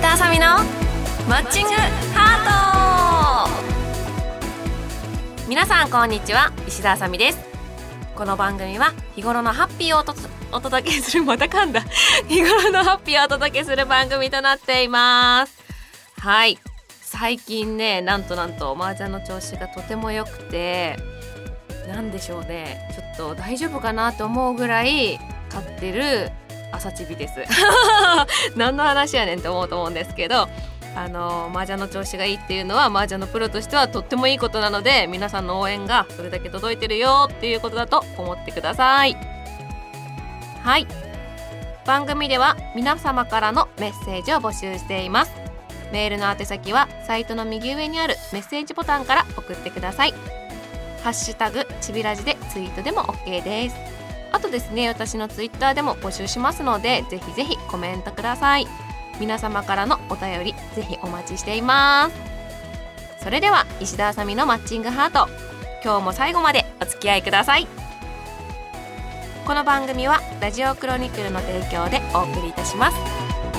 田あさみのマッチングハート。皆さんこんにちは、石田あさみです。この番組は日頃のハッピーをお届けする日頃のハッピーをお届けする番組となっています。はい、最近ね、なんと麻雀の調子がとても良くて、なんでしょうね、ちょっと大丈夫かなと思うぐらい勝ってる朝チビです何の話やねんって思うと思うんですけど、麻雀の調子がいいっていうのは麻雀のプロとしてはとってもいいことなので、皆さんの応援がそれだけ届いてるよっていうことだと思ってください。はい、番組では皆様からのメッセージを募集しています。メールの宛先はサイトの右上にあるメッセージボタンから送ってください。ハッシュタグちびラジでツイートでも OK です。あとですね、私のツイッターでも募集しますので、ぜひぜひコメントください。皆様からのお便りぜひお待ちしています。それでは石田あさみのマッチングハート、今日も最後までお付き合いください。この番組はラジオクロニクルの提供でお送りいたします。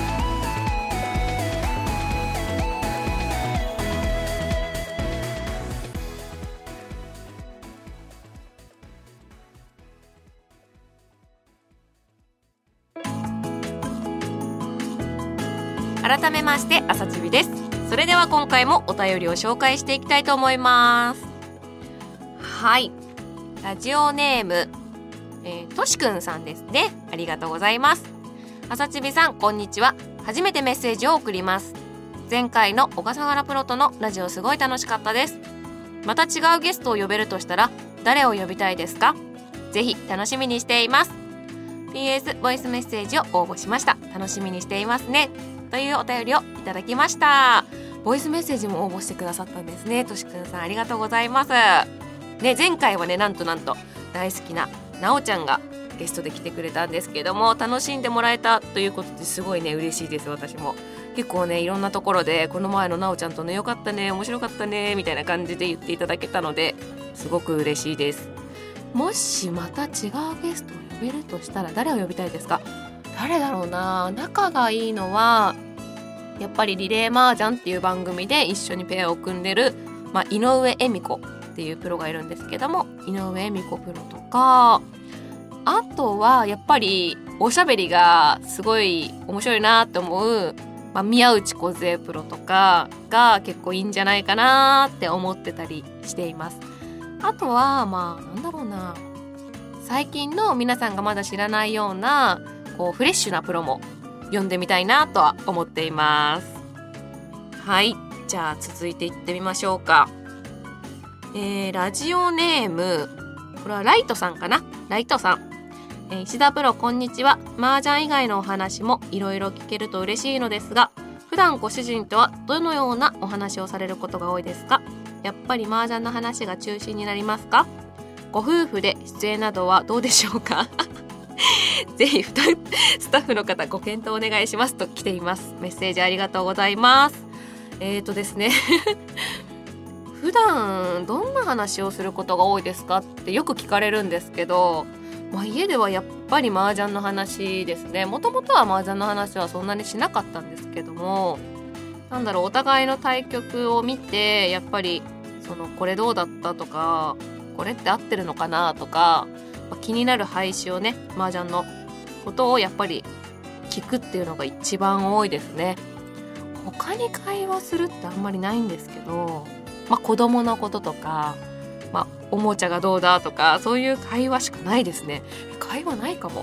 改めまして朝チビです。それでは今回もお便りを紹介していきたいと思います。はい、ラジオネーム、としくんさんですね。ありがとうございます。朝チビさん、こんにちは。初めてメッセージを送ります。前回の小笠原プロとのラジオすごい楽しかったです。また違うゲストを呼べるとしたら誰を呼びたいですか？ぜひ楽しみにしています。 PS ボイスメッセージを応募しました。楽しみにしていますね、というお便りをいただきました。ボイスメッセージも応募してくださったんですね。としくんさん、ありがとうございます。ね、前回はね、なんと大好きななおちゃんがゲストで来てくれたんですけども、楽しんでもらえたということですごいね、嬉しいです。私も結構ね、いろんなところでこの前のなおちゃんとね、よかったね、面白かったねみたいな感じで言っていただけたので、すごく嬉しいです。もしまた違うゲストを呼べるとしたら誰を呼びたいですか？誰だろうな。仲がいいのはやっぱりリレーマージャンっていう番組で一緒にペアを組んでる、井上恵美子っていうプロがいるんですけども、井上恵美子プロとか、あとはやっぱりおしゃべりがすごい面白いなと思う、宮内梢プロとかが結構いいんじゃないかなって思ってたりしています。あとはなんだろうな、最近の皆さんがまだ知らないようなフレッシュなプロも読んでみたいなとは思っています。はい、じゃあ続いていってみましょうか。ラジオネーム、これはライトさんかな。ライトさん、石田プロこんにちは。麻雀以外のお話もいろいろ聞けると嬉しいのですが、普段ご主人とはどのようなお話をされることが多いですか？やっぱり麻雀の話が中心になりますか？ご夫婦で出演などはどうでしょうか？ぜひスタッフの方ご検討お願いしますと来ています。メッセージありがとうございます。ですね普段どんな話をすることが多いですかってよく聞かれるんですけど、家ではやっぱり麻雀の話ですね。もともとは麻雀の話はそんなにしなかったんですけども、お互いの対局を見て、やっぱりこれどうだったとか、これって合ってるのかなとか、気になる配置をね、麻雀のことをやっぱり聞くっていうのが一番多いですね。他に会話するってあんまりないんですけど、子供のこととか、おもちゃがどうだとか、そういう会話しかないですね。会話ないかも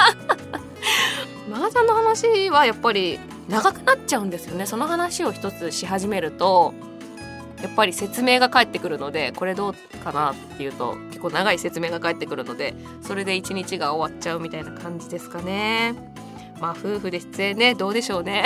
麻雀の話はやっぱり長くなっちゃうんですよね。その話を一つし始めるとやっぱり説明が返ってくるので、これどうかなっていうと結構長い説明が返ってくるので、それで一日が終わっちゃうみたいな感じですかね。夫婦で出演ね、どうでしょうね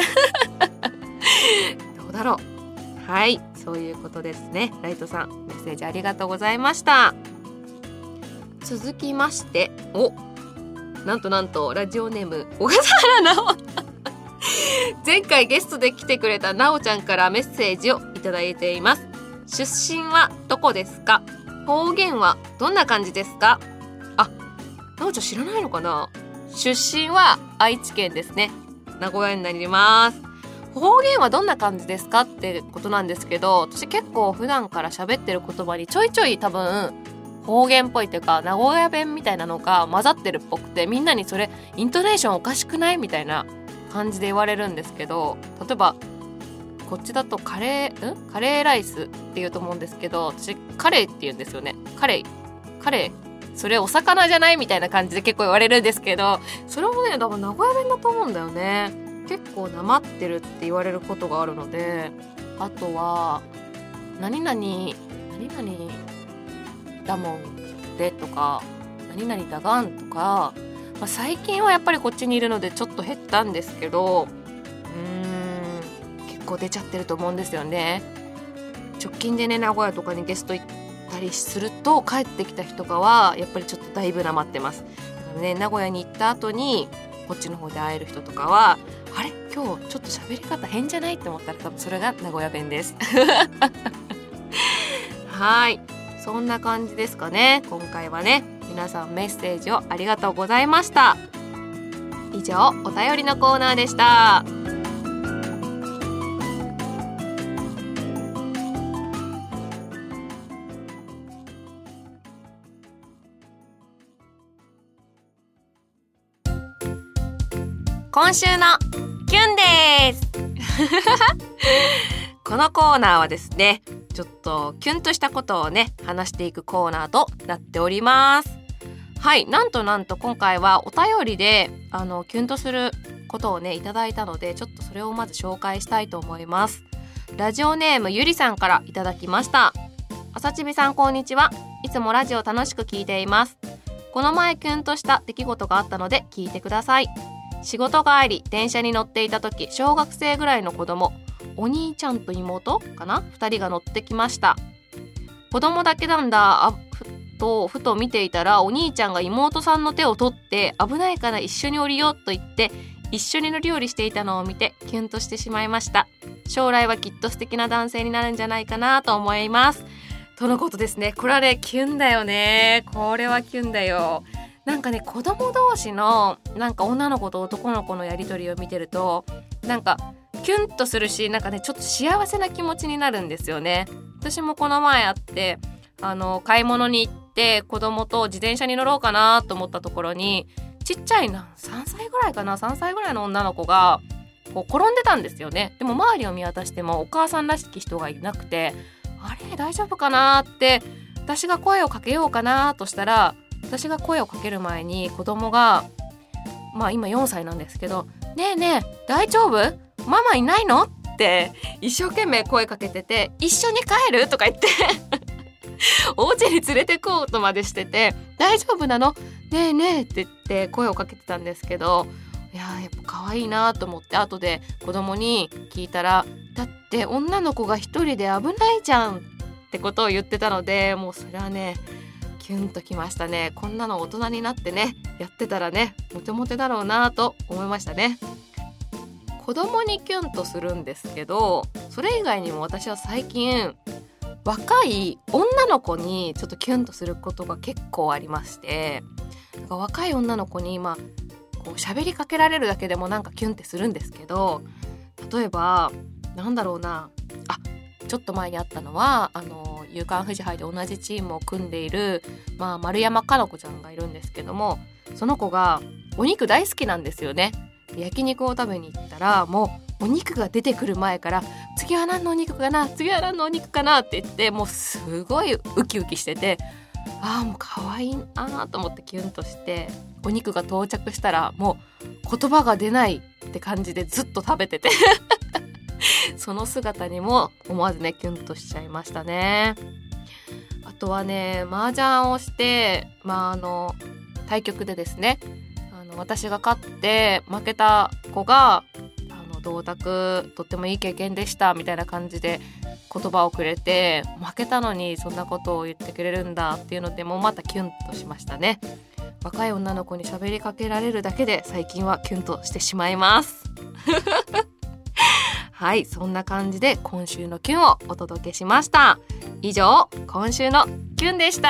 どうだろう。はい、そういうことですね。ライトさん、メッセージありがとうございました。続きまして、なんとラジオネーム小笠原直前回ゲストで来てくれたなおちゃんからメッセージをいただいています。出身はどこですか？方言はどんな感じですか？なおちゃん知らないのかな？出身は愛知県ですね。名古屋になります。 方言はどんな感じですかってことなんですけど、私結構普段から喋ってる言葉にちょいちょい多分方言っぽいというか名古屋弁みたいなのが混ざってるっぽくて、みんなにそれイントネーションおかしくないみたいな感じで言われるんですけど、例えばこっちだとカレーライスって言うと思うんですけど、私カレーって言うんですよね。カレーそれお魚じゃないみたいな感じで結構言われるんですけど、それもね多分名古屋弁だと思うんだよね。結構なまってるって言われることがあるので、あとは何々だもんでとか何々だがんとか、最近はやっぱりこっちにいるのでちょっと減ったんですけど、結構出ちゃってると思うんですよね。直近でね名古屋とかにゲスト行ったりすると帰ってきた日とかはやっぱりちょっとだいぶなまってます。だからね、名古屋に行った後にこっちの方で会える人とかは、あれ今日ちょっと喋り方変じゃないって思ったら多分それが名古屋弁ですはい、そんな感じですかね。今回はね、皆さんメッセージをありがとうございました。以上、お便りのコーナーでした。今週のキュンですこのコーナーはですね、ちょっとキュンとしたことをね話していくコーナーとなっております。はい、なんと今回はお便りでキュンとすることをねいただいたので、ちょっとそれをまず紹介したいと思います。ラジオネームゆりさんからいただきました。あさちびさん、こんにちは。いつもラジオ楽しく聞いています。この前キュンとした出来事があったので聞いてください。仕事帰り電車に乗っていた時、小学生ぐらいの子供、お兄ちゃんと妹かな、2人が乗ってきました。子供だけなんだふと見ていたら、お兄ちゃんが妹さんの手を取って、危ないから一緒に降りようと言って一緒に乗り降りしていたのを見てキュンとしてしまいました。将来はきっと素敵な男性になるんじゃないかなと思いますとのことですね。これはねキュンだよね。これはキュンだよ。なんかね、子供同士のなんか女の子と男の子のやり取りを見てると、なんかキュンとするし、なんかねちょっと幸せな気持ちになるんですよね。私もこの前あって買い物に行って子供と自転車に乗ろうかなと思ったところに、ちっちゃい3歳ぐらいかな、3歳ぐらいの女の子がこう転んでたんですよね。でも周りを見渡してもお母さんらしき人がいなくて、あれ大丈夫かなって私が声をかけようかなとしたら、私が声をかける前に子供が、今4歳なんですけど、ねえねえ大丈夫？ママいないの？って一生懸命声かけてて、一緒に帰る？とか言ってお家に連れてこうとまでしてて、大丈夫なの？ねえねえって言って声をかけてたんですけど、やっぱ可愛いなと思って後で子供に聞いたら、だって女の子が一人で危ないじゃんってことを言ってたので、もうそれはねキュンときましたね。こんなの大人になってねやってたらねモテモテだろうなと思いましたね。子供にキュンとするんですけど、それ以外にも私は最近若い女の子にちょっとキュンとすることが結構ありまして、なんか若い女の子にこう喋りかけられるだけでもなんかキュンってするんですけど、例えばなんだろうな、ちょっと前にあったのは夕刊フジ杯で同じチームを組んでいる、丸山かの子ちゃんがいるんですけども、その子がお肉大好きなんですよね。焼肉を食べに行ったら、もうお肉が出てくる前から、次は何のお肉かなって言って、もうすごいウキウキしてて、もう可愛いなと思ってキュンとして、お肉が到着したらもう言葉が出ないって感じでずっと食べててその姿にも思わずねキュンとしちゃいましたね。あとはね、麻雀をして対局でですね、私が勝って負けた子が同卓とってもいい経験でしたみたいな感じで言葉をくれて、負けたのにそんなことを言ってくれるんだっていうのでもまたキュンとしましたね。若い女の子に喋りかけられるだけで最近はキュンとしてしまいますはい、そんな感じで今週のキュンをお届けしました。以上、今週のキュンでした。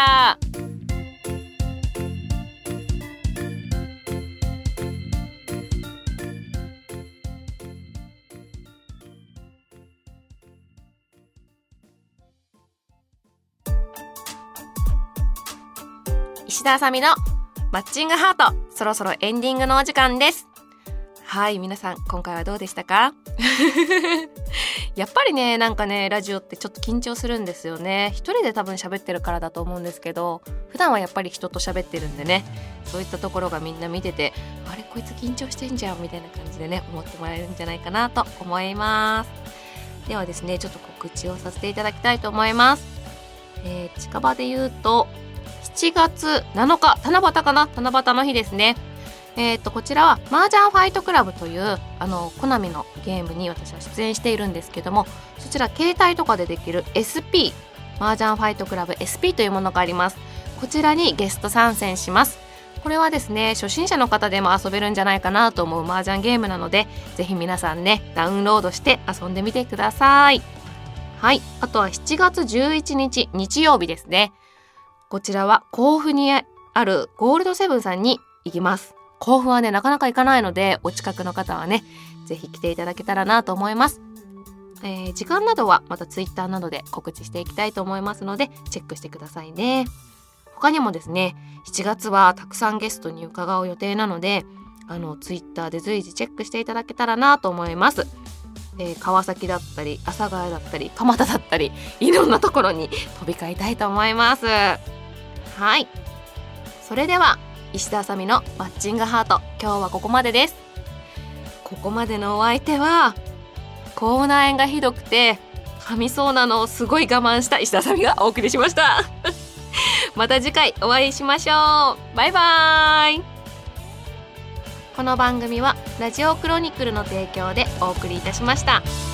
石田あさみのマッチングハート、そろそろエンディングのお時間です。はい、皆さん今回はどうでしたか？やっぱりね、なんかね、ラジオってちょっと緊張するんですよね。一人で多分喋ってるからだと思うんですけど、普段はやっぱり人と喋ってるんでね、そういったところがみんな見てて、あれこいつ緊張してんじゃんみたいな感じでね、思ってもらえるんじゃないかなと思います。ではですね、ちょっと告知をさせていただきたいと思います。近場で言うと7月7日七夕かな、七夕の日ですね。こちらは麻雀ファイトクラブというコナミのゲームに私は出演しているんですけども、そちら携帯とかでできる SP 麻雀ファイトクラブ SP というものがあります。こちらにゲスト参戦します。これはですね、初心者の方でも遊べるんじゃないかなと思う麻雀ゲームなので、ぜひ皆さんね、ダウンロードして遊んでみてください。はい、あとは7月11日日曜日ですね。こちらは甲府にあるゴールドセブンさんに行きます。甲府はね、なかなか行かないので、お近くの方はね、ぜひ来ていただけたらなと思います。時間などはまたツイッターなどで告知していきたいと思いますので、チェックしてくださいね。他にもですね、7月はたくさんゲストに伺う予定なので、ツイッターで随時チェックしていただけたらなと思います。川崎だったり、阿佐ヶ谷だったり、蒲田だったり、いろんなところに飛び交いたいと思います。はい。それでは、石田あさみのマッチングハート、今日はここまでです。ここまでのお相手は口内炎がひどくて噛みそうなのをすごい我慢した石田あさみがお送りしましたまた次回お会いしましょう。バイバイ。この番組はラジオクロニクルの提供でお送りいたしました。